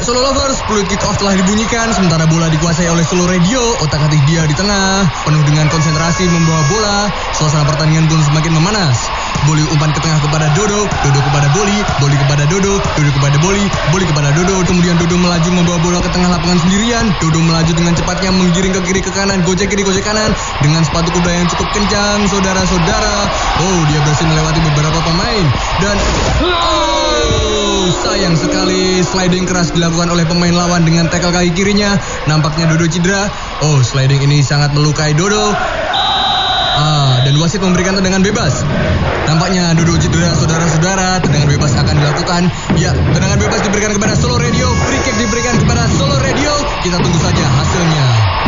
Solo Lovers, peluit kick off telah dibunyikan sementara bola dikuasai oleh Solo Radio. Otak-atik dia di tengah, penuh dengan konsentrasi membawa bola. Suasana pertandingan pun semakin memanas. Boli umpan ke tengah kepada Dodo, Dodo kepada Boli kepada Dodo, Dodo kepada Boli kepada Dodo. Kemudian Dodo melaju membawa bola ke tengah lapangan sendirian. Dodo melaju dengan cepatnya menggiring ke kiri ke kanan, gocek kiri gocek kanan dengan sepatu kuda yang cukup kencang, saudara-saudara. Oh, dia berhasil melewati beberapa pemain dan sayang sekali sliding keras dilakukan oleh pemain lawan dengan tackle kaki kirinya. Nampaknya Dodo cedera. Oh, sliding ini sangat melukai Dodo. Dan wasit memberikan tendangan bebas. Nampaknya Dodo cedera, saudara-saudara. Tendangan bebas akan dilakukan. Ya, tendangan bebas diberikan kepada Solo Radio. Free kick diberikan kepada Solo Radio. Kita tunggu saja hasilnya.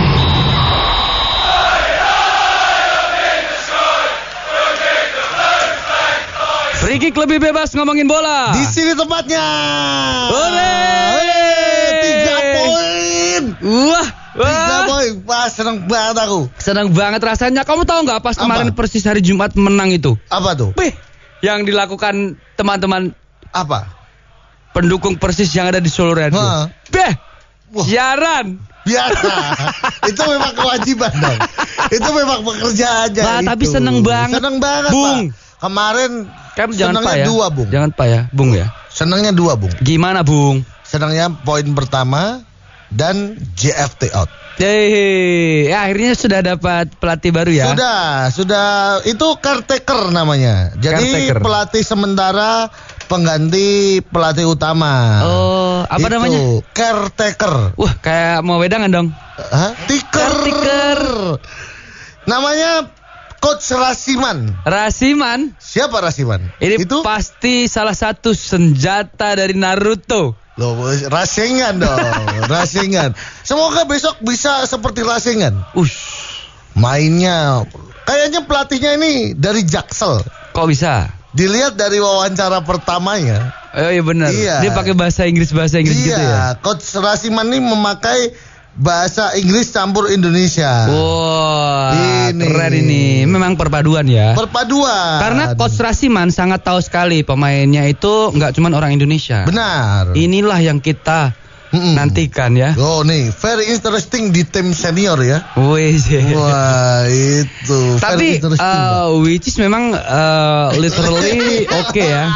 Free kick lebih bebas ngomongin bola. Di sini tempatnya. Hore! 3 poin. Wah. 3 poin. Wah, senang banget aku. Senang banget rasanya. Kamu tahu nggak pas kemarin Persis hari Jumat menang itu? Apa tuh? Yang dilakukan teman-teman apa? Pendukung Persis yang ada di Solo Radio. Siaran. Biasa. Itu memang kewajiban dong. Itu memang pekerjaannya. Nah, tapi seneng banget. Seneng banget, Bung. Pak. Kemarin senangnya 2, Bung. Jangan Pak ya, Bung ya. Senangnya 2, Bung. Gimana, Bung? Senangnya poin pertama dan JFT out. Akhirnya sudah dapat pelatih baru ya? Sudah. Itu caretaker namanya. Jadi caretaker. Pelatih sementara pengganti pelatih utama. Oh, apa namanya? Caretaker. Wah, kayak mau wedangan dong. Tiker. Namanya Coach Rasiman. Rasiman? Siapa Rasiman? Ini itu pasti salah satu senjata dari Naruto. Loh, Rasengan dong. Rasengan. Semoga besok bisa seperti Rasengan. Mainnya kayaknya pelatihnya ini dari Jaksel. Kok bisa? Dilihat dari wawancara pertamanya. Oh iya benar. Iya. Dia pakai bahasa Inggris gitu ya. Coach Rasiman ini memakai bahasa Inggris campur Indonesia. Wah, keren ini. Memang perpaduan ya. Perpaduan. Karena Coach Rasiman sangat tahu sekali pemainnya itu nggak cuma orang Indonesia. Benar. Inilah yang kita nantikan ya. Oh nih, very interesting di tim senior ya. Wah, itu. Tapi which is memang literally oke ya.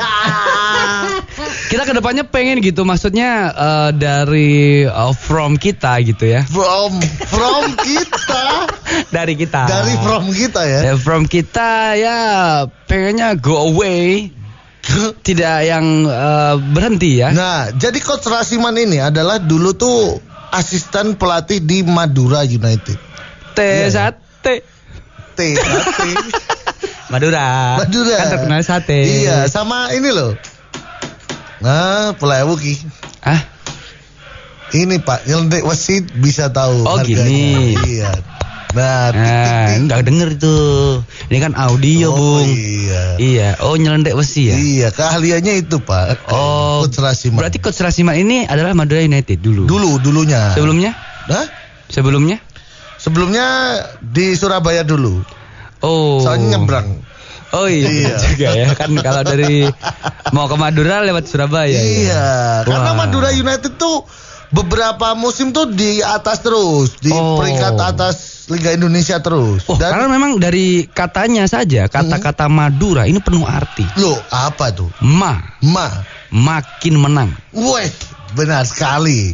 Kita kedepannya pengen gitu, maksudnya dari from kita gitu ya. From kita. Dari kita. Dari from kita ya. From kita ya, pengennya go away. Tidak yang berhenti ya. Nah, jadi Coach Rasiman ini adalah dulu tuh asisten pelatih di Madura United. Sate. Madura. Kan terkenal sate. Iya, sama ini loh. Nah, pelayawu ki. Ini Pak, nyelentik wasit bisa tahu harganya. Gini. Iya. Nah, enggak denger itu. Ini kan audio, Bung. Iya. Oh, nyelentik besi ya? Iya, keahliannya itu, Pak. Coach Rasiman. Berarti Coach Rasiman ini adalah Madura United dulu. Dulunya. Sebelumnya? Sebelumnya di Surabaya dulu. Oh. Soalnya nyebrang. Oh iya juga ya. Kan kalau dari mau ke Madura lewat Surabaya. Iya. Karena Madura United tuh beberapa musim tuh di atas terus, di peringkat atas Liga Indonesia terus. Karena memang dari katanya saja, kata-kata Madura ini penuh arti. Loh, apa tuh? Makin menang. Wih, benar sekali.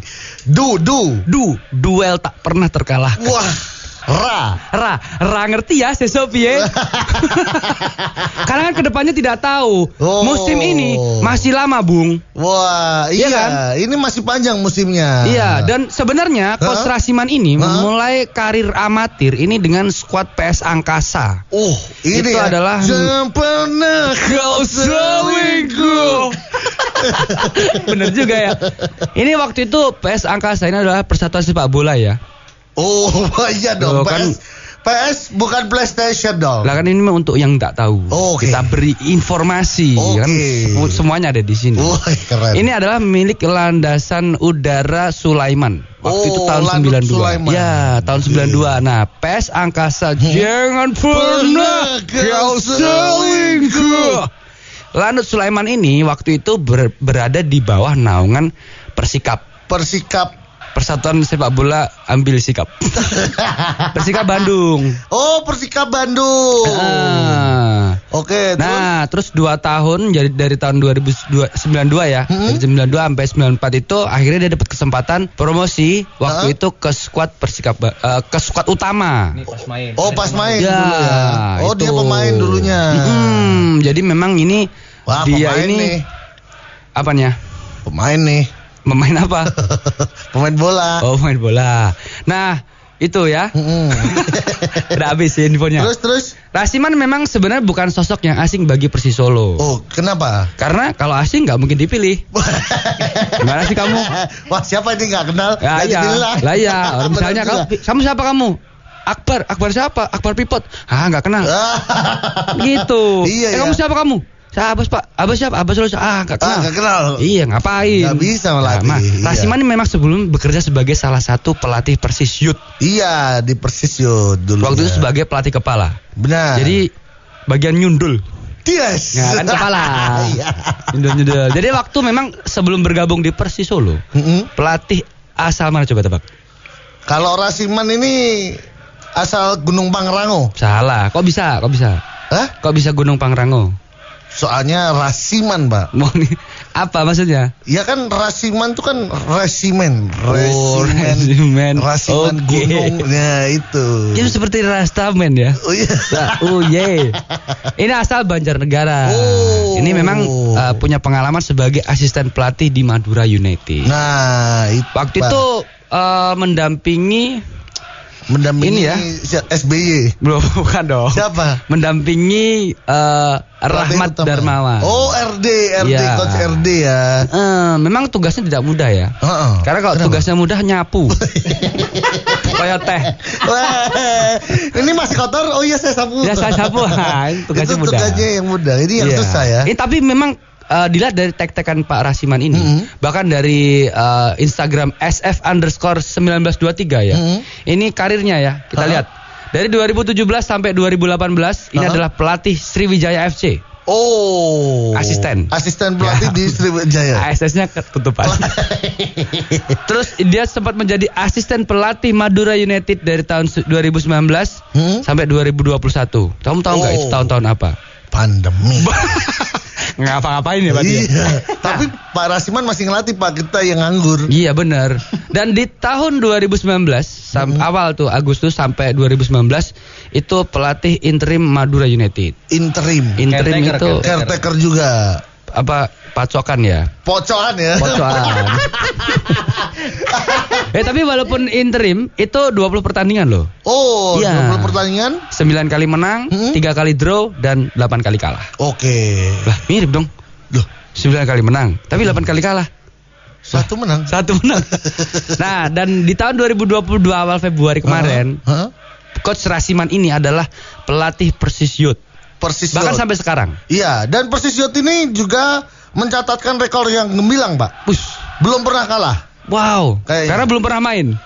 Duel tak pernah terkalahkan. Wah. Ra ngerti ya Sesopi ya. Karena kan kedepannya tidak tahu. Musim ini masih lama, Bung. Wah, iya kan? Ini masih panjang musimnya. Iya, dan sebenarnya Coach Rasiman ini memulai karir amatir ini dengan skuad PS Angkasa. Ini itu adalah jangan pernah kau selingkuh. Bener juga ya. Ini waktu itu PS Angkasa ini adalah Persatuan Sepak Bola ya. Iya dong. PS bukan PlayStation dong. Lah kan ini untuk yang tak tahu. Kita beri informasi kan semuanya ada di sini. Keren. Ini adalah milik Landasan Udara Sulaiman. Waktu itu tahun 92. Ya, tahun 92. Nah, PS Angkasa jangan pernah kau selingkuh. Lanut Sulaiman ini waktu itu berada di bawah naungan Persikap. Persatuan Sepak Bola Ambil Sikap. Persikap Bandung. Oh, Persikap Bandung. Oke. Terus 2 tahun jadi dari tahun 2092 ya. Dari 92 sampai 94 itu akhirnya dia dapat kesempatan promosi waktu itu ke skuad Persikap ke skuad utama. Ini pas main. Oh, pas main ya, dulu ya. Oh, itu. dia pemain dulunya. Jadi memang ini dia ini nih. apanya? Pemain nih. Pemain apa? Pemain bola. Oh, pemain bola. Nah, itu ya. Udah habis ya infonya. Terus. Rasiman memang sebenarnya bukan sosok yang asing bagi Persis Solo. Oh, kenapa? Karena kalau asing nggak mungkin dipilih. Gimana sih kamu? Wah, siapa ini nggak kenal? Ya, iya. Lah iya. Misalnya kamu siapa kamu? Akbar siapa? Akbar Pipot. Nggak kenal. Gitu. Iya, kamu siapa kamu? Saya Abbas Pak. Abbas siapa? Abbas Solo. Nggak kenal. Nggak kenal. Iya, ngapain? Nggak bisa melatih. Rasiman memang sebelum bekerja sebagai salah satu pelatih Persis Youth. Iya, di Persis Youth dulu. Waktu itu sebagai pelatih kepala. Benar. Jadi bagian nyundul. Yes. Nah, kan kepala. Nyundul. Jadi waktu memang sebelum bergabung di Persis Solo, pelatih asal mana coba tebak? Kalau Rasiman ini asal Gunung Pangrango. Salah. Kok bisa? Hah? Kok bisa Gunung Pangrango? Soalnya Rasiman, Pak. Apa maksudnya? Ya kan Rasiman itu kan resimen. Resimen. Rasiman gunung. Ya itu. Itu seperti Rastaman ya. Oh iya. Ini asal Banjarnegara. Ini memang punya pengalaman sebagai asisten pelatih di Madura United. Nah, waktu itu mendampingi ini ya SBY. Belum, bukan dong. Siapa? Mendampingi Rahmat Darmawan. Oh, RD ya. Coach RD ya. Memang tugasnya tidak mudah ya. Karena kalau tugasnya mudah nyapu. Kayak teh. Ini masih kotor. Oh iya, saya sapu. Ya, saya sapu. Tugasnya itu mudah. Tugasnya yang mudah. Ini yang susah ya. Tapi memang dilihat dari tek-tekan Pak Rasiman ini, bahkan dari Instagram SF_1923 ya. Ini karirnya ya, kita lihat. Dari 2017 sampai 2018 ini adalah pelatih Sriwijaya FC. Oh. Asisten pelatih di Sriwijaya. ASS-nya ketutupan. Terus dia sempat menjadi asisten pelatih Madura United dari tahun 2019 sampai 2021. Kamu tahu nggak itu tahun-tahun apa? Pandemi. Ngapa-ngapain ya berarti? Iya. Tapi Pak Rasiman masih ngelatih, Pak, kita yang nganggur. Iya benar. Dan di tahun 2019 awal tuh Agustus sampai 2019 itu pelatih interim Madura United. Interim itu caretaker juga. Apa pacokan ya? Pocokan. Tapi walaupun interim itu 20 pertandingan loh. Oh, ya. 20 pertandingan, 9 kali menang, 3 kali draw dan 8 kali kalah. Oke. Lah, mirip dong. Loh, 9 kali menang, tapi 8 kali kalah. Satu menang. Nah, dan di tahun 2022 awal Februari kemarin, Coach Rasiman ini adalah pelatih Persis Youth. Bahkan sampai sekarang. Iya, dan Persis Youth ini juga mencatatkan rekor yang gemilang, Pak. Belum pernah kalah. Wow. Karena belum pernah main.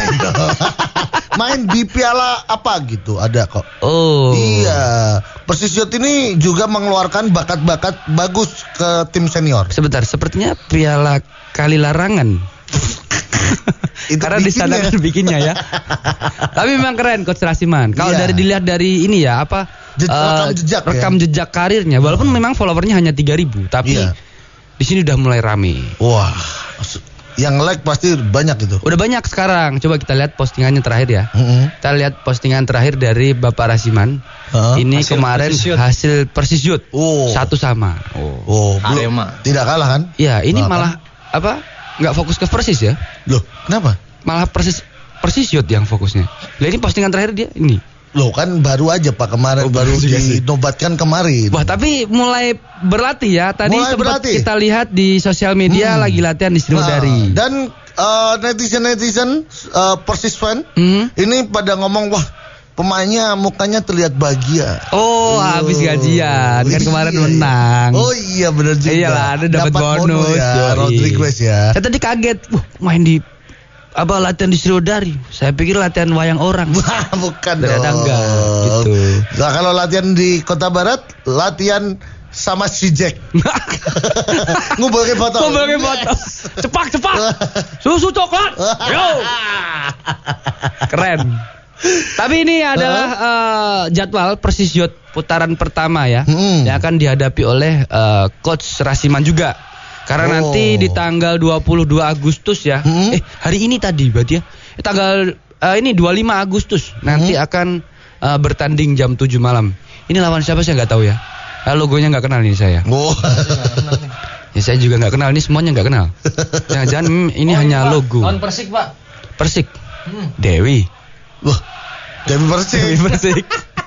Main di piala apa gitu ada kok. Oh. Iya. Persis Youth ini juga mengeluarkan bakat-bakat bagus ke tim senior. Sebentar, sepertinya piala kali larangan. Karena distandarkan bikinnya ya. Tapi memang keren Coach Rasiman. Kalau dilihat dari ini ya rekam jejak karirnya, walaupun memang followernya hanya 3.000, tapi di sini udah mulai rame. Wah, yang like pasti banyak itu. Udah banyak sekarang. Coba kita lihat postingannya terakhir ya. Kita lihat postingan terakhir dari Bapak Rasiman. Ini hasil kemarin hasil Persis Youth. 1-1. Arema. Tidak kalah kan? Iya, ini malah nggak fokus ke Persis ya. Loh, kenapa? Malah Persis Youth yang fokusnya. Lah ini postingan terakhir dia ini. Loh, kan baru aja Pak kemarin, baru dinobatkan kemarin. Wah, tapi mulai berlatih ya. Tadi sempat kita lihat di sosial media lagi latihan di Sriwijaya. Dan netizen Persis fan ini pada ngomong, wah, pemainnya mukanya terlihat bahagia. Habis gajian kan kemarin menang. Oh iya, benar juga. Iyalah, ada dapat bonus ya, Rodriguez ya. Saya tadi kaget, main di latihan di Sriwijaya. Saya pikir latihan wayang orang. Bukan ternyata dong. Enggak gitu. Nah, kalau latihan di Kota Barat, latihan sama si Jack. Ngumpulke foto. Cepak. Susu coklat. Yo. Keren. Tapi ini adalah jadwal Persisjot putaran pertama ya, yang akan dihadapi oleh Coach Rasiman juga. Karena nanti di tanggal 22 Agustus ya. Hari ini tadi berarti ya. Tanggal ini 25 Agustus nanti akan bertanding jam 7 malam. Ini lawan siapa saya nggak tahu ya. Logonya nggak kenal nih saya. Ya saya juga nggak kenal, ini semuanya nggak kenal. Jangan-jangan ini hanya logo. Lawan Persik, Pak. Persik. Dewi. Wah, Dewi Persik.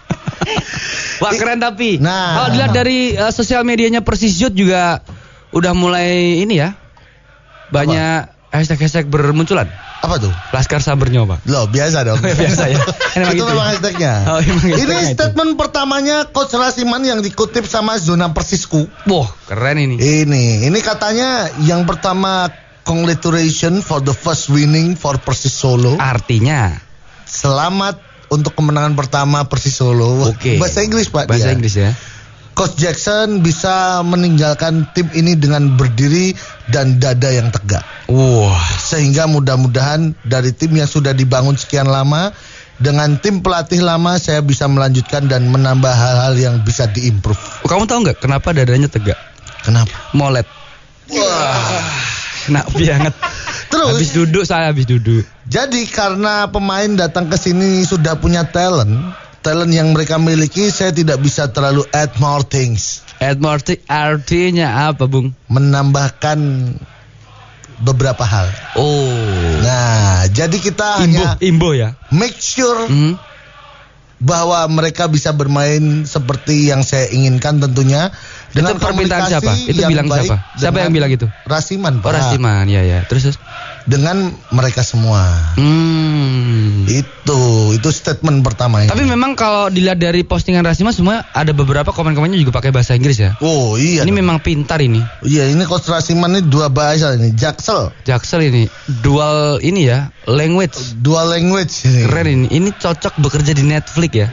Wah, keren tapi. Nah, kalau dilihat dari sosial medianya Persisjot juga udah mulai ini ya. Banyak hashtag bermunculan. Apa tuh? Laskar Sabernya, Pak. Loh, biasa dong. Biasa ya. Itu memang hashtagnya. Ini statement pertamanya Coach Rasiman yang dikutip sama Zona Persisku. Wah, keren ini. Ini katanya yang pertama, congratulations for the first winning for Persis Solo. Artinya selamat untuk kemenangan pertama Persis Solo. Oke. Bahasa Inggris, Pak. Bahasa Inggris ya. Coach Jackson bisa meninggalkan tim ini dengan berdiri dan dada yang tegak. Wah, sehingga mudah-mudahan dari tim yang sudah dibangun sekian lama dengan tim pelatih lama saya bisa melanjutkan dan menambah hal-hal yang bisa diimprove. Kamu tahu nggak kenapa dadanya tegak? Kenapa? Molet. Wah, enak banget. Terus habis duduk. Jadi karena pemain datang ke sini sudah punya talent yang mereka miliki, saya tidak bisa terlalu add more things. Add more things artinya apa, Bung? Menambahkan beberapa hal. Oh. Nah, jadi kita imbo ya. Make sure bahwa mereka bisa bermain seperti yang saya inginkan tentunya. Dengan itu permintaan siapa? Itu bilang siapa? Siapa yang bilang itu? Rasiman, Pak. Oh, Rasiman, ya. Terus dengan mereka semua. Itu statement pertama ini. Tapi memang kalau dilihat dari postingan Rasiman semua ada beberapa komen-komennya juga pakai bahasa Inggris ya. Oh iya. Ini memang pintar ini. Iya, ini Coach Rasiman ini dua bahasa ini. Jaksel ini dual ini ya, language. Dual language ini. Keren ini. Ini cocok bekerja di Netflix ya.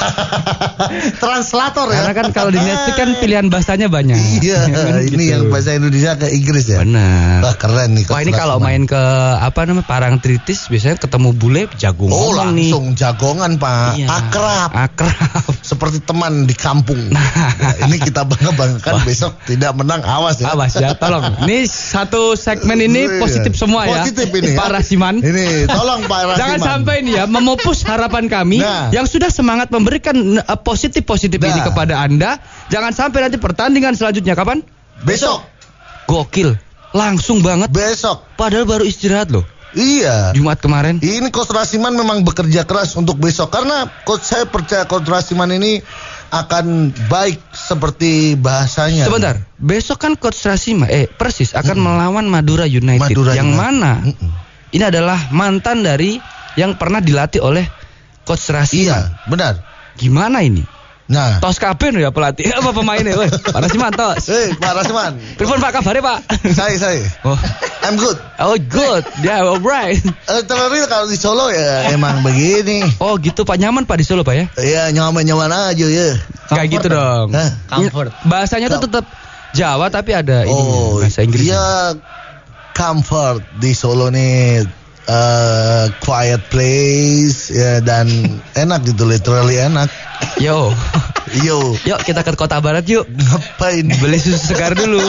Translator ya. Karena kan kalau di Netflix kan pilihan bahasanya banyak. Iya, ini gitu. Yang bahasa Indonesia ke Inggris ya. Benar. Wah, keren nih. Wah, ini kalau main ke Parangtritis biasanya ketemu bule jago ngomong nih. Langsung jagongan, Pak. Iya. Akrab. Seperti teman di kampung. Ini kita bangga-banggakan besok tidak menang, awas ya. Awas ya, tolong. Ini satu segmen ini positif semua ya. Positif ini Pak Rasiman. Ini tolong Pak Rasiman. Jangan sampai ini ya memupus harapan kami yang sudah semangat memberikan positif ini kepada Anda. Jangan sampai nanti pertandingan selanjutnya kapan? Besok. Gokil. Langsung banget. Besok. Padahal baru istirahat loh. Iya. Jumat kemarin. Ini Coach Rasiman memang bekerja keras untuk besok. Karena saya percaya Coach Rasiman ini akan baik seperti bahasanya. Sebentar. Besok kan Coach Rasiman Persis akan melawan Madura United. Mana ini adalah mantan dari yang pernah dilatih oleh Coach Rasiman. Iya, benar. Gimana ini? Nah, tos kabeh ya pelatih apa pemainnya? Woi, Pak Rasiman tos. Pak Rasiman. Telepon Pak, kabarnya Pak? Saya. Oh, I'm good. Oh, good. Yeah, alright. Terlalu kalau di Solo ya emang begini. Oh, gitu Pak, nyaman Pak di Solo Pak ya? Iya, nyaman aja ya. Kayak gitu dong. Comfort. Bahasanya tuh tetap Jawa tapi ada ini bahasa Inggris. Iya, comfort di Solo nih. Quiet place ya, dan enak gitu, literally enak. Yuk kita ke Kota Barat yuk. Ngapain? Beli susu segar dulu.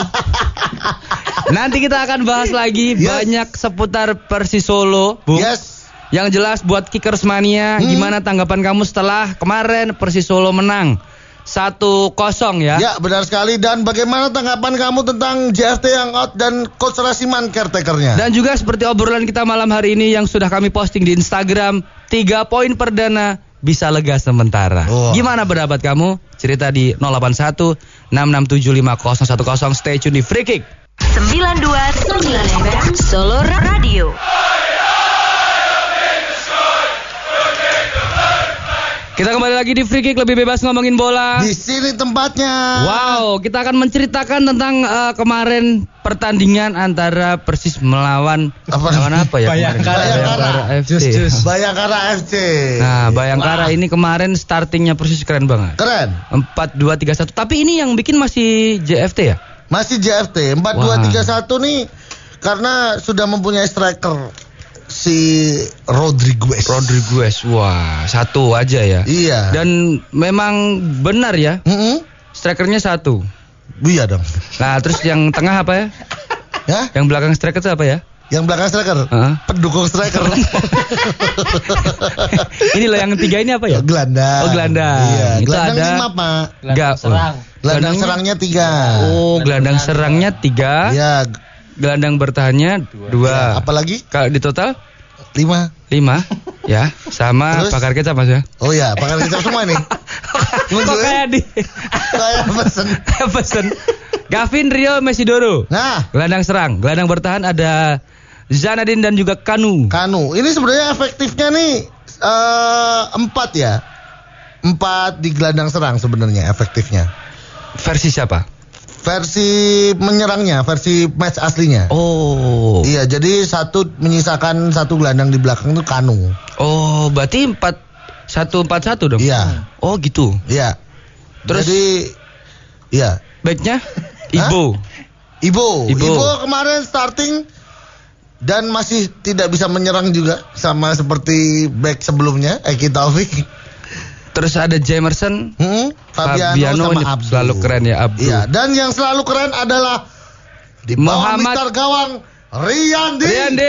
Nanti kita akan bahas lagi banyak seputar Persis Solo, Bung. Yes. Yang jelas buat Kickers Mania, gimana tanggapan kamu setelah kemarin Persis Solo menang 1-0 ya? Ya, benar sekali. Dan bagaimana tanggapan kamu tentang JFT yang out dan Coach Rasiman caretakernya? Dan juga seperti obrolan kita malam hari ini yang sudah kami posting di Instagram, 3 poin perdana bisa lega sementara. Gimana pendapat kamu? Cerita di 081 6675010. Stay tune di Free Kick 92.9 FM Solo Radio. Kita kembali lagi di Free Kick, lebih bebas ngomongin bola. Di sini tempatnya. Wow, kita akan menceritakan tentang kemarin pertandingan antara Persis melawan apa ya? Bayangkara FC. Bayangkara FC. Nah, Bayangkara ini kemarin startingnya Persis keren banget. Keren. 4-2-3-1. Tapi ini yang bikin masih JFT ya? Masih JFT. 4-2-3-1 nih karena sudah mempunyai striker si Rodriguez. Wah, satu aja ya. Iya. Dan memang benar ya. Strikernya satu. Iya dong. Nah, terus yang tengah apa ya? Ya? Yang belakang striker itu apa ya? Yang belakang striker? Pendukung striker. Ini loh yang tiga ini apa ya? Gelandang. Oh, gelandang. Iya. Itu Gelandang ada 5, Pak. Gelandang serangnya 3. Gelandang serangnya 3. Iya. Gelandang bertahannya 2. Ya, apalagi? Kalau di total 5 ya, sama terus? pakar kecap Mas ya. Oh ya, pakar kecap semua nih. Kok kayak Kayak pesen. Gavin, Rio, Mesidoro. Nah, Gelandang serang, gelandang bertahan ada Zanadin dan juga Kanu. Ini sebenarnya efektifnya nih 4 ya. 4 di gelandang serang sebenarnya efektifnya. Versi siapa? Versi menyerangnya, versi match aslinya. Oh. Iya, jadi menyisakan satu gelandang di belakang itu Kanu. Oh, berarti 4-1-4-1 dong? Iya. Oh, gitu. Iya. Terus jadi iya. backnya Ibo kemarin starting dan masih tidak bisa menyerang juga sama seperti back sebelumnya Eki Taufik. Terus ada Jamerson, Fabiano sama Abdu. Selalu keren ya Abdu. Iya, dan yang selalu keren adalah di bawah Mister Gawang Riyandi.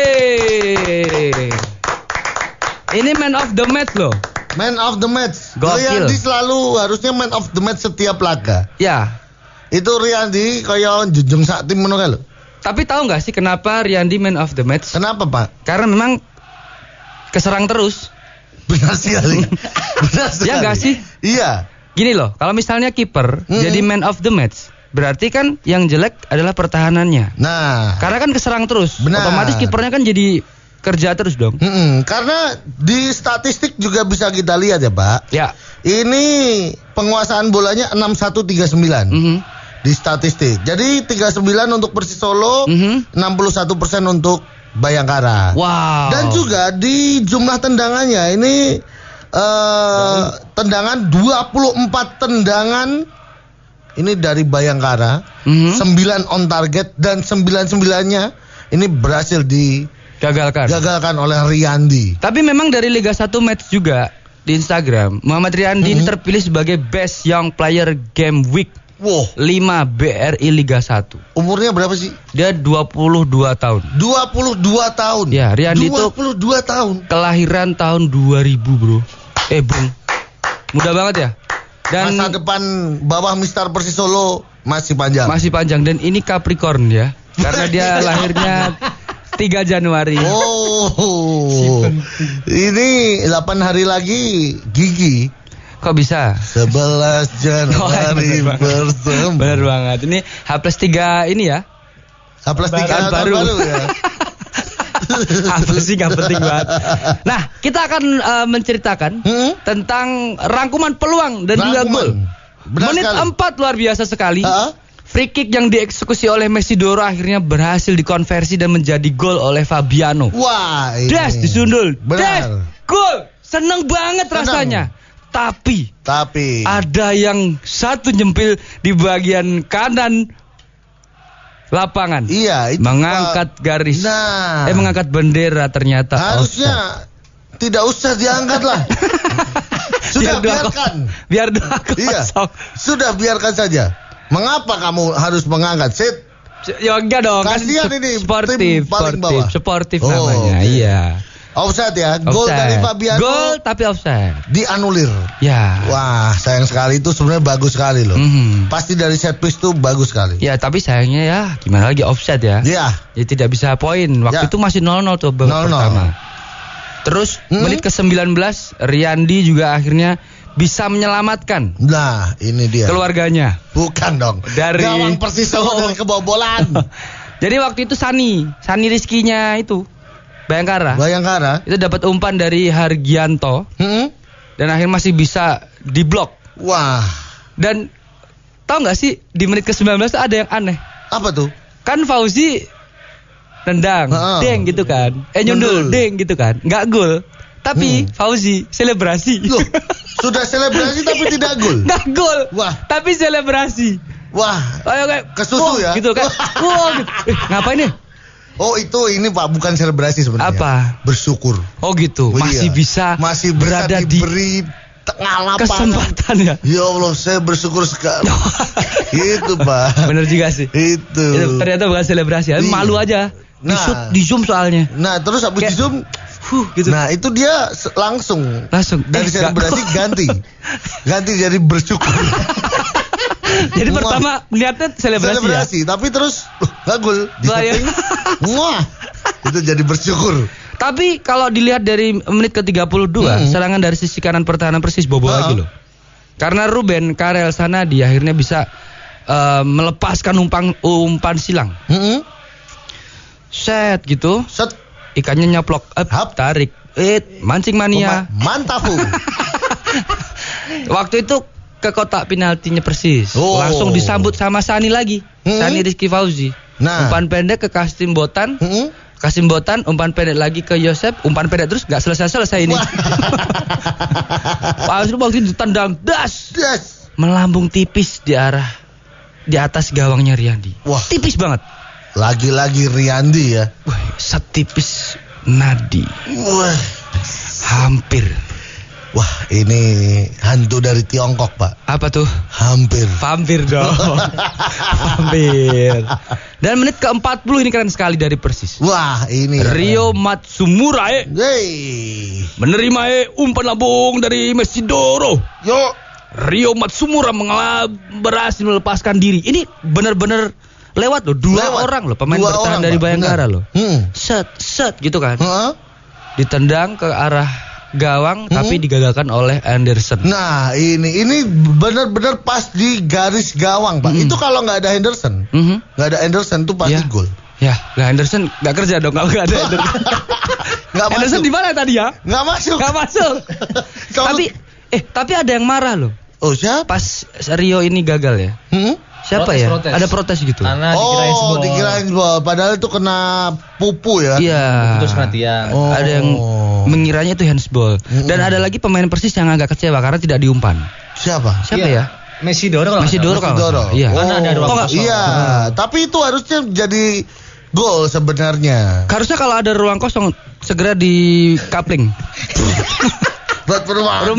Ini man of the match loh. Man of the match. Gokil. Riyandi selalu harusnya man of the match setiap laga. Ya. Itu Riyandi kayak junjung sak tim ngono kae lho. Tapi tahu nggak sih kenapa Riyandi man of the match? Kenapa, Pak? Karena memang keserang terus. Benar sekali. Ya nggak sih? Iya. Gini loh, kalau misalnya kiper jadi man of the match, berarti kan yang jelek adalah pertahanannya. Nah, karena kan keserang terus, benar. Otomatis kipernya kan jadi kerja terus dong. Karena di statistik juga bisa kita lihat ya, Pak. Ya. Ini penguasaan bolanya 61-39 di statistik. Jadi 39 untuk Persis Solo, 61% untuk Bayangkara. Wow. Dan juga di jumlah tendangannya ini tendangan 24 tendangan ini dari Bayangkara, 9 on target dan 9-9-nya ini berhasil digagalkan oleh Riyandi. Tapi memang dari Liga 1 match juga di Instagram, Muhammad Riyandi ini terpilih sebagai Best Young Player Game Week. Wow. 5 BRI Liga 1. Umurnya berapa sih? Dia 22 tahun. 22 tahun. Ya, Riyandi itu 22 tahun. Kelahiran tahun 2000, Bro. Bung. Mudah banget ya. Dan masa depan bawah Mister Persis Solo masih panjang. Masih panjang dan ini Capricorn ya. Karena dia lahirnya 3 Januari. Oh. Ini 8 hari lagi Gigi. Kok bisa? 11 Januari bersama. Benar banget. Ini H+3 ini ya. H+3 baru ya. Apa sih gak penting banget. Nah, kita akan menceritakan tentang rangkuman peluang dan juga gol. Menit 4 luar biasa sekali. Free kick yang dieksekusi oleh Mesidoro akhirnya berhasil dikonversi dan menjadi gol oleh Fabiano. Wah, ini. Des disundul. Benar. Des, gol. Seneng banget rasanya. Tapi ada yang satu nyempil di bagian kanan lapangan. Iya, itu mengangkat garis. Nah, mengangkat bendera ternyata. Harusnya tidak usah diangkat lah. Sudah biarkan. Biar 2-0. Iya. Sudah biarkan saja. Mengapa kamu harus mengangkat? Ya enggak dong. Kasihan kan ini sportif, tim paling bawah. Sportif namanya. Okay. Iya. Offside ya, gol dari Fabiano. Gol tapi offside. Dianulir. Ya. Wah, sayang sekali, itu sebenarnya bagus sekali loh. Pasti dari set piece itu bagus sekali. Ya, tapi sayangnya ya gimana lagi offside ya. Iya. Ya tidak bisa poin. Waktu itu masih 0-0 tuh babak pertama. Terus menit ke-19 Riyandi juga akhirnya bisa menyelamatkan. Nah, ini dia. Keluarganya. Bukan dong. Dari gawang Persis Solo dari kebobolan. Jadi waktu itu Sani Rizkinya itu Bayangkara. Bayangkara Itu dapat umpan dari Hargianto. Dan akhirnya masih bisa diblok. Wah. Dan tahu nggak sih di menit ke-19 tuh ada yang aneh. Apa tuh? Kan Fauzi nendang, deng gitu kan. Nyundul, deng gitu kan. Nggak gol. Tapi Fauzi selebrasi. Loh, sudah selebrasi tapi tidak gol. Nggak gol. Wah. Tapi selebrasi. Wah. Kayak kesusu ya. Gitu kan. Wah, gitu. Ngapain nih? Oh ini Pak bukan selebrasi sebenarnya. Apa? Bersyukur. Oh gitu. Masih bisa berada diberi tengah lapangan. Kesempatan ya. Ya Allah, saya bersyukur sekali. Itu Pak. Bener juga sih. Itu ternyata bukan selebrasi. Malu aja. Nah, di zoom soalnya. Nah terus habis di zoom. Gitu. Nah itu dia langsung dari selebrasi ganti jadi bersyukur. Jadi pertama melihatnya selebrasi tapi terus nggak gol. Wah, itu jadi bersyukur. Tapi kalau dilihat dari menit ke-32, serangan dari sisi kanan pertahanan Persis bobo lagi loh. Karena Ruben Karel Sanadi akhirnya bisa melepaskan umpan silang. Set gitu. Set. Ikannya nyaplok, tarik, mancing mania. Mantap. Waktu itu ke kotak penaltinya Persis. Langsung disambut sama Sani lagi. Sani Rizky Fauzi. Nah. Umpan pendek ke Kasim Botan. Kasim Botan, umpan pendek lagi ke Yosef. Umpan pendek terus gak selesai-selesai ini. Pak Asrul waktu itu ditendang. Das. Melambung tipis di atas gawangnya Riyandi. Wah. Tipis banget. Lagi-lagi Riyandi ya. Wah, setipis nadi. Wah. Hampir. Wah, ini hantu dari Tiongkok, Pak. Apa tuh? Hampir dong. Hampir. Dan menit ke-40 ini keren sekali dari Persis. Wah, ini Rio Matsumura menerima umpan lambung dari Mesidoro. Yo. Rio Matsumura berhasil melepaskan diri. Ini benar-benar lewat loh. Dua orang loh pemain bertahan dari Bayangkara loh. Set gitu kan. Ditendang ke arah gawang tapi digagalkan oleh Anderson. Nah ini benar-benar pas di garis gawang Pak. Itu kalau nggak ada Henderson, nggak ada Anderson tuh pasti gol. Ya, nggak Henderson nggak kerja dong kalau nggak ada Henderson. Henderson di mana tadi ya? Nggak masuk. Tapi ada yang marah loh. Oh siapa? Pas Rio ini gagal ya. Siapa ya? Protes. Ada protes gitu. Karena dikirain ball. Padahal itu kena pupu ya. Iya. Putus perhatian. Ada yang mengiranya itu handsball. Dan ada lagi pemain Persis yang agak kecewa karena tidak diumpan. Siapa ya? Mesidoro. Iya. Karena ada ruang kosong. Iya. Tapi itu harusnya jadi gol sebenarnya. Harusnya kalau ada ruang kosong segera di coupling. Buat perumahan.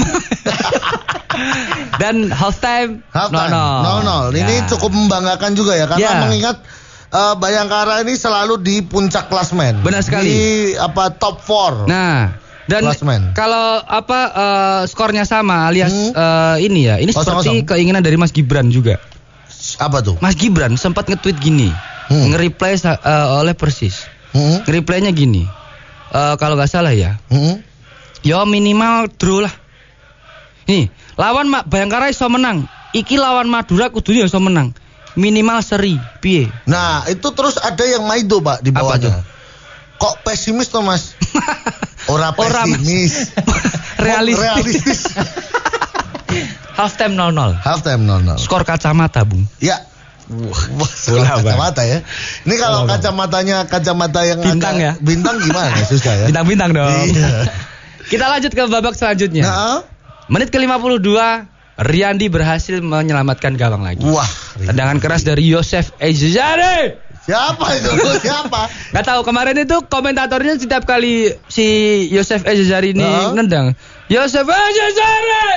Dan halftime 0-0. Ini cukup membanggakan juga ya karena mengingat Bayangkara ini selalu di puncak klasmen. Benar sekali. Di top 4. Nah, dan kalau skornya sama alias ini seperti keinginan dari Mas Gibran juga. Apa tuh? Mas Gibran sempat nge-tweet gini, nge-reply oleh Persis. Nge-reply-nya gini. Kalau nggak salah ya. Yo minimal draw lah. Nih, lawan Bayangkara iso menang. Iki lawan Madura kudunya iso menang. Minimal seri, piye? Nah, itu terus ada yang maido, Pak, di bawahnya. Kok pesimis toh, Mas? Ora pesimis. Realistis. Halftime 0-0. Skor kacamata, Bung. Ya. Wah, kacamata ya. Ini kalau kacamata yang bintang ya. Bintang gimana? Susah ya. Bintang dong. Iya. Kita lanjut ke babak selanjutnya. Menit ke-52, Riyandi berhasil menyelamatkan gawang lagi. Wah, tendangan keras dari Yosef Ejezari. Siapa itu? Siapa? Gak tahu, kemarin itu komentatornya setiap kali si Yosef Ejezari ini nendang, Yosef Ejezari.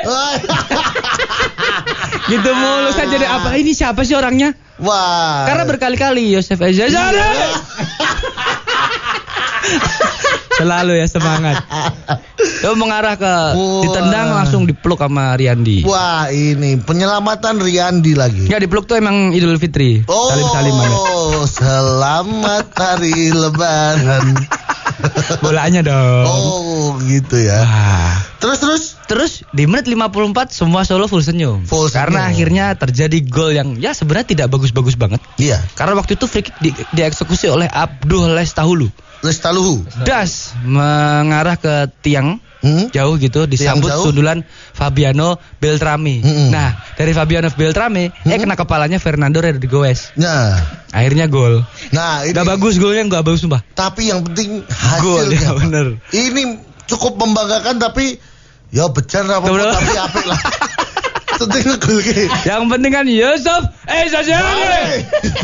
Gitu mulu, saya jadi apa? Ini siapa sih orangnya? Wah. Karena berkali-kali Yosef Ejezari. Selalu ya semangat. Dia mengarah ke ditendang langsung dipeluk sama Riyandi. Wah, ini penyelamatan Riyandi lagi. Ya, dipeluk tuh emang Idul Fitri. Salim-saliman. Oh, selamat hari Lebaran. Bolanya dong. Oh, gitu ya. Terus di menit 54 semua Solo full senyum. Karena akhirnya terjadi gol yang ya sebenarnya tidak bagus-bagus banget. Iya. Karena waktu itu free kick dieksekusi oleh Abdul Lestaluhu. Das mengarah ke tiang jauh gitu disambut sundulan Fabiano Beltrame. Nah, dari Fabiano Beltrame kena kepalanya Fernando Rodriguez. Nah, akhirnya gol. Nah, ini gak bagus golnya, gak bagus sumpah. Tapi yang penting hasilnya. Gol, ya bener. Ini cukup membanggakan tapi ya becar apa-apa tapi apik lah. Yang penting kan Yusuf Zazane.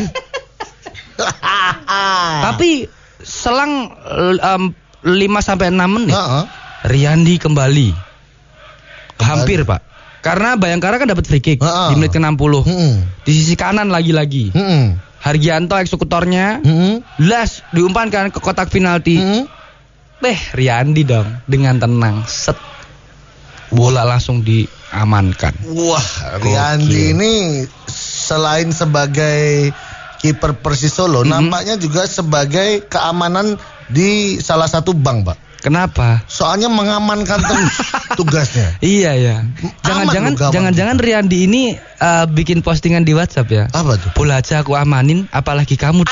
Tapi selang 5-6 menit Riyandi kembali. Hampir Pak. Karena Bayangkara kan dapat free kick di menit ke-60. Di sisi kanan lagi-lagi. Hargianto eksekutornya. Las diumpankan ke kotak penalti. Riyandi dong dengan tenang. Set. Bola langsung diamankan. Wah, Riyandi ini selain sebagai kiper Persis Solo, nampaknya juga sebagai keamanan di salah satu bank, Pak. Kenapa? Soalnya mengamankan terus tugasnya. Iya ya. Jangan-jangan Riyandi ini bikin postingan di WhatsApp ya. Apa tuh? Bola aja aku amanin, apalagi kamu.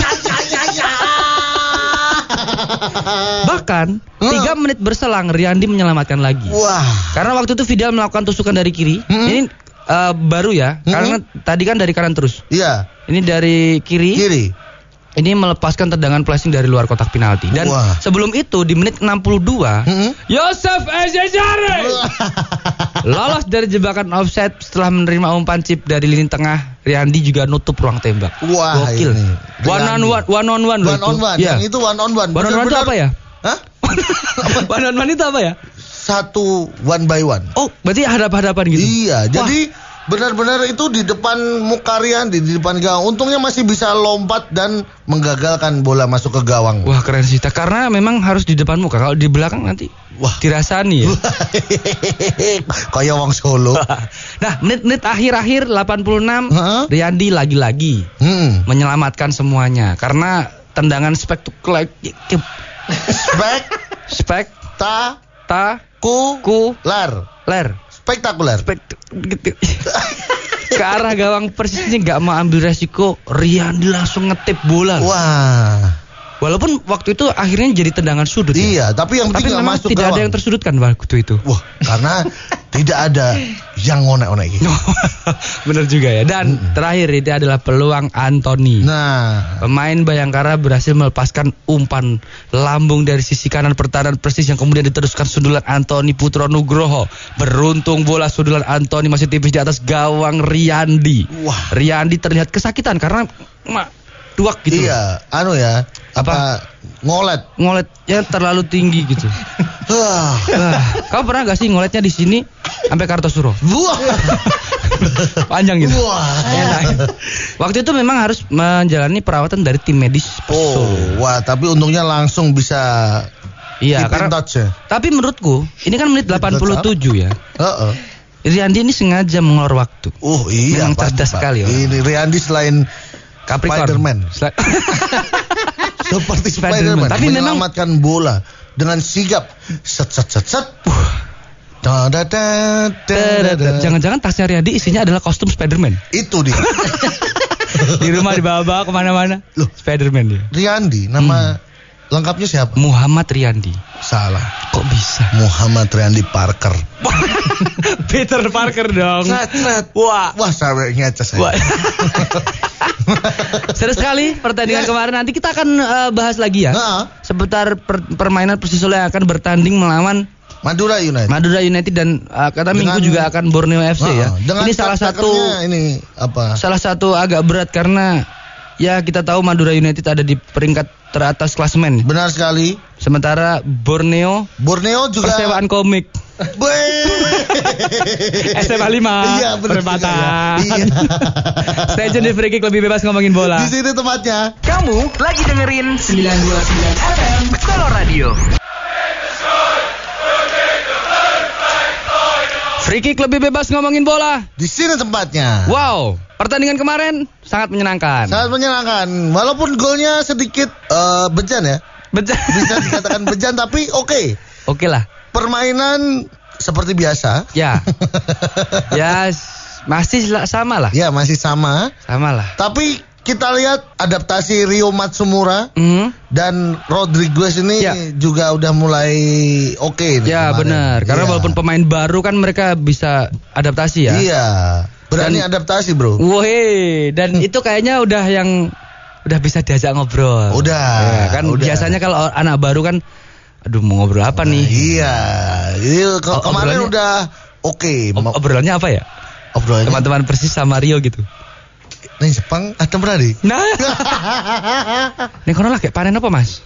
Bahkan 3 menit berselang Riyandi menyelamatkan lagi. Wah. Karena waktu itu Vidal melakukan tusukan dari kiri. Ini baru ya. Karena tadi kan dari kanan terus. Iya. Ini dari kiri. Ini melepaskan tendangan flashing dari luar kotak penalti. Dan sebelum itu di menit 62 Yusuf Zazane lolos dari jebakan offside setelah menerima umpan chip dari lini tengah. Riyandi juga nutup ruang tembak. Wah, gokil. One on one. Yang itu one on one. One on one itu apa ya? Hah? One on one itu apa ya? Satu one by one. Oh, berarti hadap-hadapan gitu. Iya, jadi benar-benar itu di depan muka Riyandi, di depan gawang. Untungnya masih bisa lompat dan menggagalkan bola masuk ke gawang. Wah, keren sih. Karena memang harus di depan muka. Kalau di belakang nanti dirasani ya. Kayak wong Solo. Nah, menit-menit akhir-akhir 86 Riyandi lagi-lagi menyelamatkan semuanya. Karena tendangan spektakuler. Spektakuler. Ke arah gawang Persis ini gak mau ambil resiko. Riyandi langsung ngetip bola. Wah. Walaupun waktu itu akhirnya jadi tendangan sudut. Iya, tapi yang penting gak masuk tidak gawang. ada yang tersudutkan waktu itu. Wah, karena tidak ada yang ngonek-ngonek gitu. Bener juga ya. Dan terakhir ini adalah peluang Anthony. Nah, pemain Bayangkara berhasil melepaskan umpan lambung dari sisi kanan pertahanan Persis yang kemudian diteruskan sundulan Anthony Putro Nugroho. Beruntung bola sundulan Anthony masih tipis di atas gawang Riyandi. Wah. Riyandi terlihat kesakitan karena duak gitu. Iya, apa ngoletnya terlalu tinggi gitu. Kamu pernah gak sih ngoletnya di sini sampai Kartosuro? Panjang gitu. Enak. Waktu itu memang harus menjalani perawatan dari tim medis. Wah, tapi untungnya langsung bisa. Iya, karena tapi menurutku ini kan menit 87 ya. Riyandi ini sengaja mengulur waktu. Iya. Memang cerdas sekali. Ini Riyandi selain Spiderman. Seperti Spiderman. Tapi menyelamatkan bola dengan sigap. Set. Jangan-jangan tasnya Riyandi isinya adalah kostum Spiderman. Itu dia. Di rumah dibawa-bawa kemana-mana. Loh, Spiderman dia. Riyandi nama lengkapnya siapa? Muhammad Riyandi. Salah. Kok bisa? Muhammad Riyandi Parker. Peter Parker dong. Wah, sampai ngecas saya. Seru sekali pertandingan kemarin. Nanti kita akan bahas lagi ya. Seputar permainan Persis Solo yang akan bertanding melawan Madura United dan kata Minggu juga akan Borneo FC ya. Ini salah satu agak berat karena ya kita tahu Madura United ada di peringkat teratas klasemen. Benar sekali. Sementara Borneo juga persewaan komik. SMA 5 iya, perempatan. Iya. Stay tune di Free Kick lebih bebas ngomongin bola. Di sini tempatnya. Kamu lagi dengerin 929 FM Solo Radio. Free Kick lebih bebas ngomongin bola. Di sini tempatnya. Wow, pertandingan kemarin sangat menyenangkan. Walaupun golnya sedikit bejan ya. Bejan. Bisa dikatakan bejan tapi oke. Oke lah. Permainan seperti biasa. Ya. Ya masih sama lah. Ya, masih sama. Sama lah. Tapi kita lihat adaptasi Rio Matsumura dan Rodriguez ini juga udah mulai oke nih. Ya benar, karena walaupun pemain baru kan mereka bisa adaptasi ya. Iya, berani adaptasi bro. Woi, dan itu kayaknya udah bisa diajak ngobrol. Udah. Ya, kan biasanya kalau anak baru kan, aduh mau ngobrol apa nih? Iya, kemarin udah oke. Obrolannya apa ya? Obrolannya teman-teman Persis sama Rio gitu. Nih Jepang ada berani. Nah. Nih kono lah kayak panen apa mas?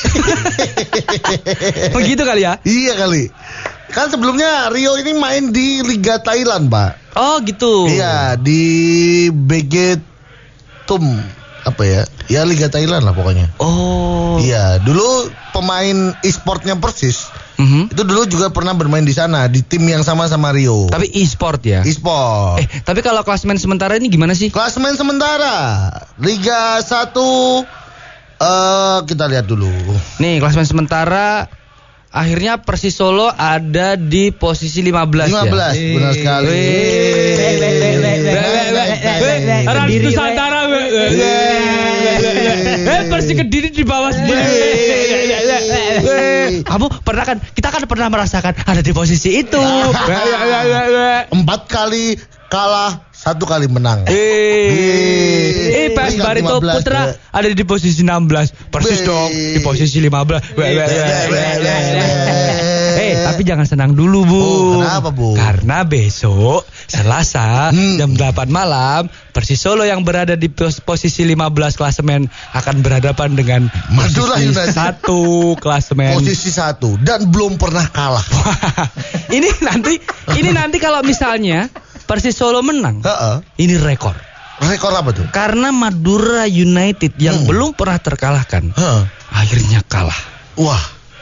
Begitu kali ya? Iya kali. Kan sebelumnya Rio ini main di Liga Thailand pak. Oh gitu. Iya di BG Tum apa ya? Ya Liga Thailand lah pokoknya. Oh. Iya dulu pemain e-sportnya Persis. Itu dulu juga pernah bermain di sana di tim yang sama Rio. Tapi e-sport ya? E-sport. Tapi kalau klasemen sementara ini gimana sih? Klasemen sementara Liga 1 kita lihat dulu. Nih klasemen sementara akhirnya Persis Solo ada di posisi 15 ya. 15 benar sekali. Harus Nusantara. Persis Kediri di bawah sendiri. Kamu kita kan pernah merasakan ada di posisi itu. 4 kali kalah, 1 kali menang. PS Barito Putra ada di posisi 16. Persis dong di posisi 15. Tapi jangan senang dulu Bu. Kenapa Bu? Karena besok Selasa jam 8 malam Persis Solo yang berada di posisi 15 klasemen akan berhadapan dengan Madura United 1 klasemen. Posisi 1 dan belum pernah kalah. Ini nanti kalau misalnya Persis Solo menang. Ini rekor. Rekor apa tuh? Karena Madura United yang belum pernah terkalahkan akhirnya kalah. Wah.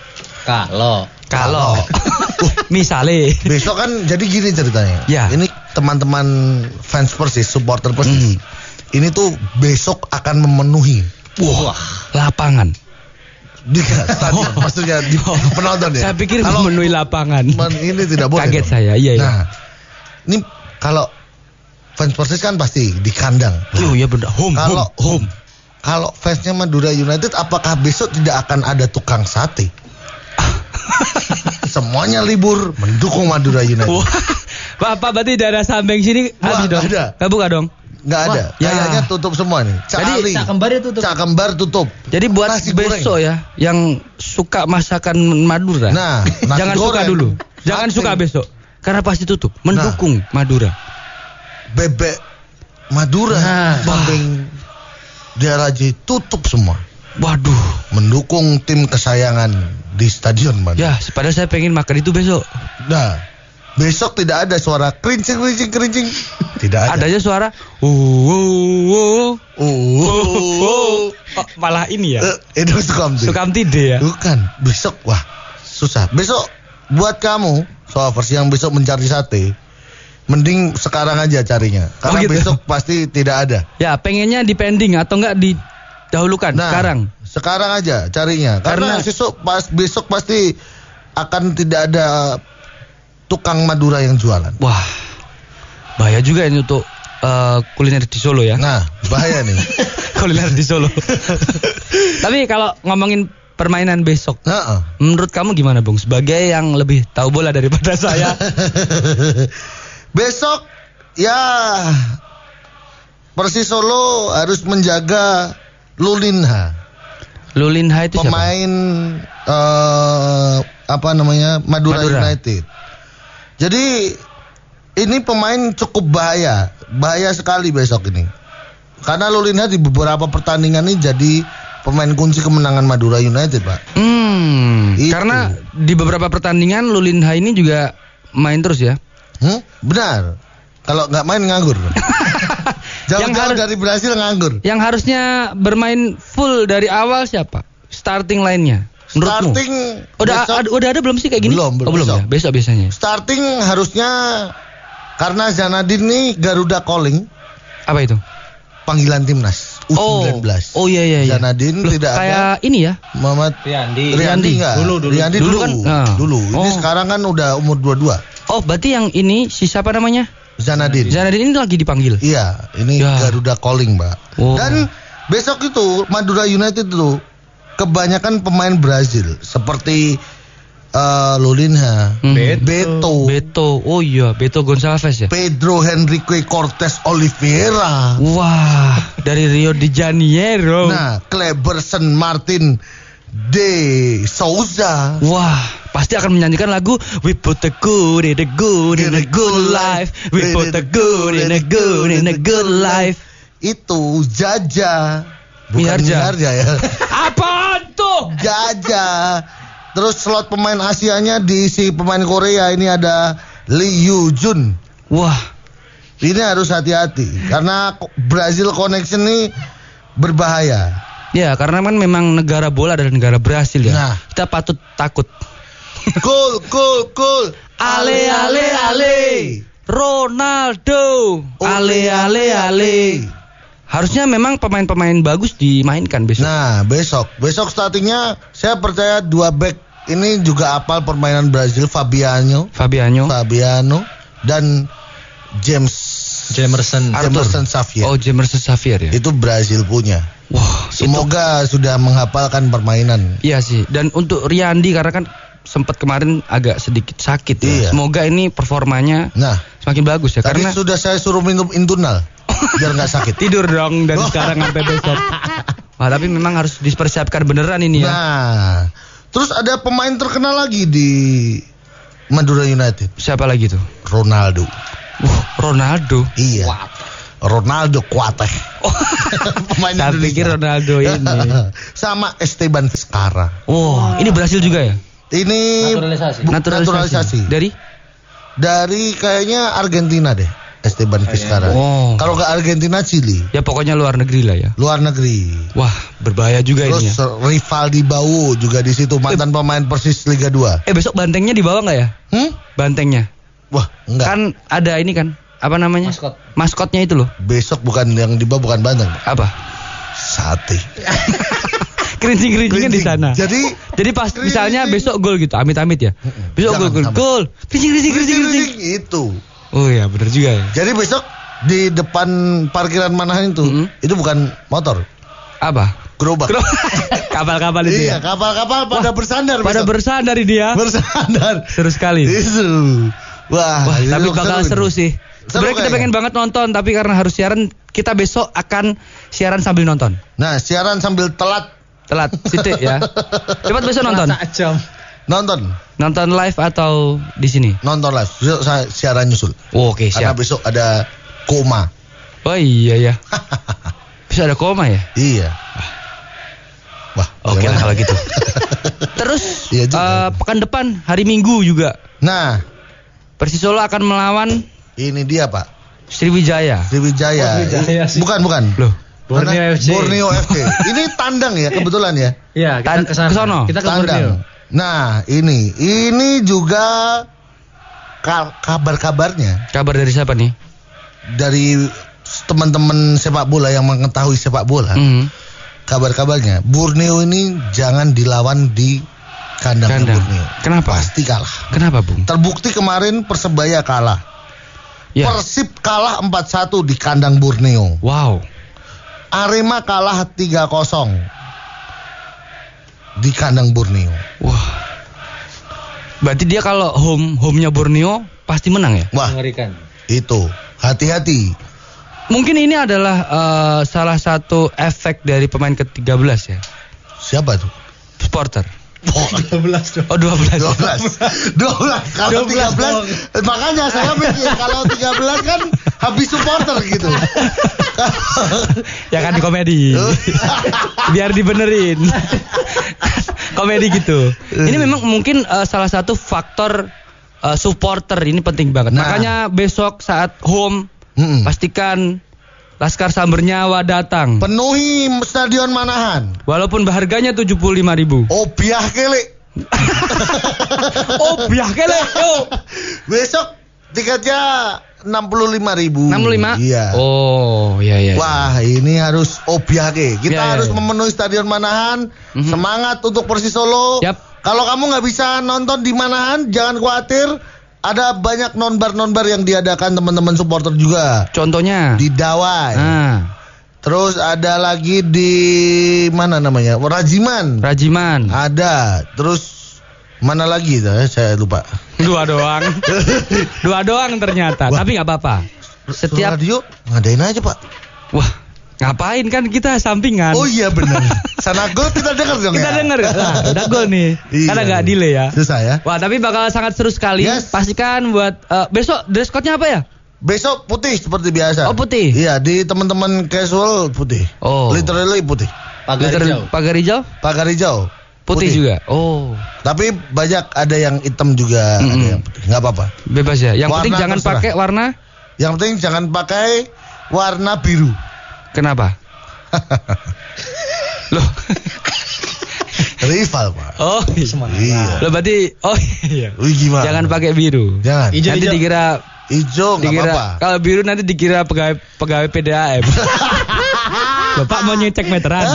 Kalau misalnya besok kan jadi gini ceritanya. Ya. Ini teman-teman fans Persis, supporter Persis. Ini tuh besok akan memenuhi lapangan. Di stadion, maksudnya di penonton ya. Saya pikir memenuhi lapangan. Ini tidak boleh. Kaget dong saya, iya. Nah, ini kalau fans Persis kan pasti di kandang. Oh iya benar. Home. Kalau fansnya Madura United, apakah besok tidak akan ada tukang sate? Semuanya libur mendukung Madura United. Wah, Pak berarti daerah Sambeng sini habis dong. Nggak buka dong? Nggak ada. Kayaknya tutup semua nih. Jadi Cak Kembar tutup. Jadi buat besok ya yang suka masakan Madura. Nah, jangan suka dulu. Jangan suka besok. Karena pasti tutup. Mendukung Madura. Bebek Madura Sambeng daerah J tutup semua. Waduh, mendukung tim kesayangan di stadion Madura. Ya, padahal saya pengen makan itu besok. Nah, besok tidak ada suara kerincing. Tidak ada. Adanya suara malah ini ya. Itu Sukamti D ya. Bukan. Besok wah, susah. Besok buat kamu, Soavers yang besok mencari sate, mending sekarang aja carinya. Karena besok pasti tidak ada. Ya, pengennya dipending atau enggak didahulukan sekarang aja carinya. Karena besok pasti akan tidak ada tukang Madura yang jualan. Wah, bahaya juga ini untuk kuliner di Solo ya. Nah, bahaya nih. Kuliner di Solo. Tapi kalau ngomongin permainan besok, menurut kamu gimana Bung? Sebagai yang lebih tahu bola daripada saya. Besok ya Persis Solo harus menjaga Lulinha. Lulinha itu pemain Madura United. Jadi ini pemain cukup bahaya sekali besok ini. Karena Lulinha di beberapa pertandingan ini jadi pemain kunci kemenangan Madura United, Pak. Karena di beberapa pertandingan Lulinha ini juga main terus ya. Benar. Kalau nggak main nganggur. Jauh-jauh dari Brasil nganggur. Yang harusnya bermain full dari awal siapa? Starting line-nya. Menurutmu? Starting udah ada belum sih kayak gini? Belum ya. Besok biasanya. Starting harusnya karena Zanadin nih Garuda calling. Apa itu? Panggilan timnas U19. Oh iya. Zanadin tidak ada. Kayak ini ya. Muhammad Riyandi enggak? Dulu kan. Dulu. Ini sekarang kan udah umur 22. Oh, berarti yang ini siapa namanya? Zanadin ini lagi dipanggil. Iya, ini Garuda calling, Mbak. Dan besok itu Madura United itu kebanyakan pemain Brazil seperti Lulinha, Beto. Oh iya, Beto Gonçalves ya. Pedro Henrique Cortes Oliveira. Wah, dari Rio de Janeiro. Nah, Cleberson Martin de Souza. Wah, pasti akan menyanyikan lagu We put the good in the good in the good life. We put the good in the good in the good life. Itu Jaja. Bukan Miharja ya. Apaan tuh? Jaja. Terus slot pemain Asianya diisi pemain Korea. Ini ada Lee Yu Jun. Wah, ini harus hati-hati karena Brazil Connection ini berbahaya. Ya, karena kan memang negara bola adalah negara Brasil ya. Nah, kita patut takut. Cool. Ale. Ronaldo. Ale. Harusnya memang pemain-pemain bagus dimainkan besok. Nah, besok startingnya saya percaya 2 back ini juga apal permainan Brazil, Fabiano dan Jamerson Xavier. Oh, Jamerson Xavier ya. Itu Brazil punya. Wah, semoga sudah menghafalkan permainan. Iya sih. Dan untuk Riyandi karena kan sempat kemarin agak sedikit sakit ya. Iya. Semoga ini performanya semakin bagus ya. Tadi karena sudah saya suruh minum Indunal biar nggak sakit. Tidur dong dari sekarang sampai besok. Wah, tapi memang harus dipersiapkan beneran ini ya. Nah, terus ada pemain terkenal lagi di Madura United. Siapa lagi tuh? Ronaldo. Ronaldo. Iya. Ronaldo Kuateh. Pemain Saya pikir Ronaldo ini. Sama Esteban Vizcarra. Ini Brasil juga ya? Ini naturalisasi. Dari kayaknya Argentina deh. Esteban Vizcarra. Kalau ke Argentina, Chili. Ya pokoknya luar negeri lah ya. Luar negeri. Wah, berbahaya juga ini ya. Terus Rivaldi Bau juga di situ, mantan pemain Persis Liga 2. Besok bantengnya dibawa nggak ya? Bantengnya. Wah, enggak. Kan ada ini kan, apa namanya? Maskotnya itu loh. Besok bukan yang dibawa, bukan banteng. Apa? Sate. Kerincing-kerincingnya di sana. Jadi pas misalnya besok gol gitu, amit-amit ya. Besok gol. Kerincing. Itu. Oh ya, benar juga ya. Jadi besok di depan parkiran Manahan itu bukan motor. Apa? Gerobak. Kapal-kapal itu. Iya, kapal-kapal pada bersandar. Pada bersandar dia. Bersandar. Seru sekali. Itu. Wah, tapi bakal seru sih. Sebenarnya kita pengen banget nonton, tapi karena harus siaran, kita besok akan siaran sambil nonton. Nah, siaran sambil telat sitik ya. Cepat besok nonton. Nonton live atau di sini? Nonton live. Besok saya siaran nyusul. Oke, siap. Karena besok ada koma. Oh iya ya. Besok ada koma ya? Iya. Wah, oke lah kalau gitu. Terus pekan depan hari Minggu juga. Nah, Persis Solo akan melawan ini dia, Pak. Sriwijaya. Bukan. Loh. Borneo FC. Ini tandang ya kebetulan ya. Iya, kita kesana. Kita ke Borneo. Nah, ini juga kabar-kabarnya. Kabar dari siapa nih? Dari teman-teman sepak bola yang mengetahui sepak bola. Kabar-kabarnya Borneo ini jangan dilawan di kandang Borneo. Kenapa? Pasti kalah. Kenapa, Bung? Terbukti kemarin Persebaya kalah. Ya. Persib kalah 4-1 di kandang Borneo. Wow. Arema kalah 3-0 di kandang Borneo. Wah. Berarti dia kalau home-nya Borneo pasti menang ya? Wah. Mengerikan. Itu, hati-hati. Mungkin ini adalah salah satu efek dari pemain ke-13 ya. Siapa tuh? Supporter. 12 dong. Oh, 12. Kalau 13 makanya saya mikir kalau 13 kan habis supporter gitu. Ya kan di komedi. Biar dibenerin. Komedi gitu. Ini memang mungkin salah satu faktor supporter ini penting banget. Makanya besok saat home pastikan Laskar Sambernyawa datang. Penuhi Stadion Manahan. Walaupun harganya 75.000. Obiah kele. Obiah kele. Besok tiketnya 65.000. 65? Iya. Oh, iya. Wah, ini harus obiah ke. Kita harus iya. memenuhi Stadion Manahan. Semangat untuk Persis Solo. Yap. Kalau kamu nggak bisa nonton di Manahan, jangan khawatir. ada banyak nonbar yang diadakan teman-teman supporter juga. Contohnya Di Dawai. Terus ada lagi di mana namanya? Rajiman. Ada. Terus mana lagi? Saya lupa. Dua doang ternyata. Wah. Tapi nggak apa-apa. Setiap radio ngadain aja, Pak. Wah, ngapain kan kita sampingan. Oh iya benar. Sana gol kita dengar dong Kita ya. denger. Nah, udah gol nih. Iya. Karena nggak delay ya. Susah ya. Wah, tapi bakal sangat seru sekali. Yes. Pastikan buat besok dress code-nya apa ya? Besok putih seperti biasa. Oh, putih. Iya, di teman-teman casual putih. Oh. Literally putih. Pagar hijau? Pagar hijau. Putih juga. Oh. Tapi banyak ada yang hitam juga, ada yang putih. Enggak apa-apa. Bebas ya. Yang Warna penting jangan terserah. pakai warna. Yang penting jangan pakai warna biru. Kenapa? Loh. Rival, Pak. Oh, Iya. Loh berarti iya. Wih, gimana? Jangan pakai biru. Jangan. Nanti dikira Hijau enggak apa-apa. kalau biru nanti dikira pegawai PDAM. Bapak mau ngecek meteran.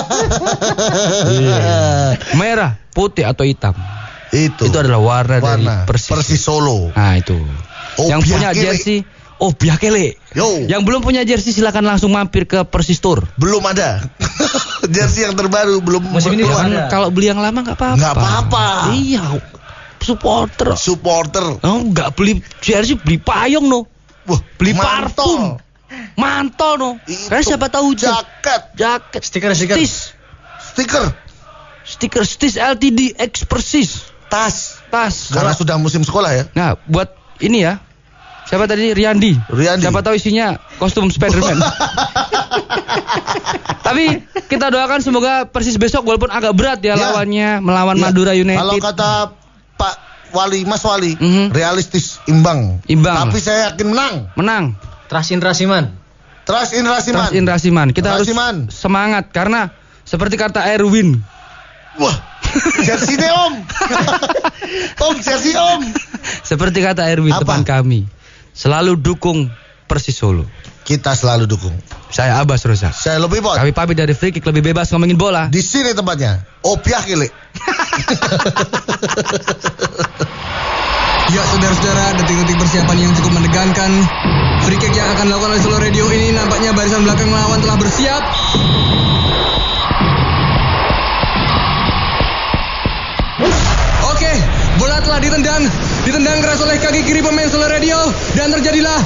Iya. Merah, putih atau hitam. Itu adalah warna dari Persis Solo. Nah, itu. Oh, yang punya Biakele. jersey Biakele. Yo. Yang belum punya jersey silakan langsung mampir ke Persis Store. Belum ada. Jersey yang terbaru belum Musim ini keluar. ada. Kalau beli yang lama nggak apa-apa. Nggak apa-apa. Iya. Supporter. Oh, nggak beli jersey, beli payung no. wah, Beli mantol. parfum. Mantol no. Itu. Karena siapa tahu Jaket. Stiker. Stiker. Stis LTD X Persis. Tas. Tas. Karena sudah musim sekolah ya. Nah, buat ini ya. Siapa tadi? Riyandi. Siapa tahu isinya kostum Spiderman. Tapi kita doakan semoga Persis besok walaupun agak berat ya lawannya melawan Madura United. Kalau kata Pak Wali, Mas Wali, realistis imbang. Imbang. Tapi saya yakin menang. Trust in Rasiman. Kita harus semangat karena seperti kata Erwin. Wah, jersey deh Om. Om, jersey Om. Seperti kata Erwin teman kami, selalu dukung Persis Solo. Kita selalu dukung. Saya Abbas Rozak. Saya lebih bot. Kami pamit dari Free Kick, lebih bebas ngomongin bola. Di sini tempatnya. Biakele. Ya saudara-saudara, detik-detik persiapan yang cukup menegangkan. Free kick yang akan dilakukan oleh Solo Radio ini nampaknya barisan belakang lawan telah bersiap. Oke, bola telah ditendang keras oleh kaki kiri pemain Solo Radio dan terjadilah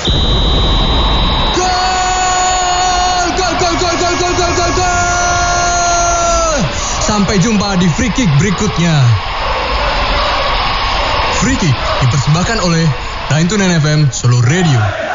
gol. Sampai jumpa di free kick berikutnya. Free kick dipersembahkan oleh 929 FM Solo Radio.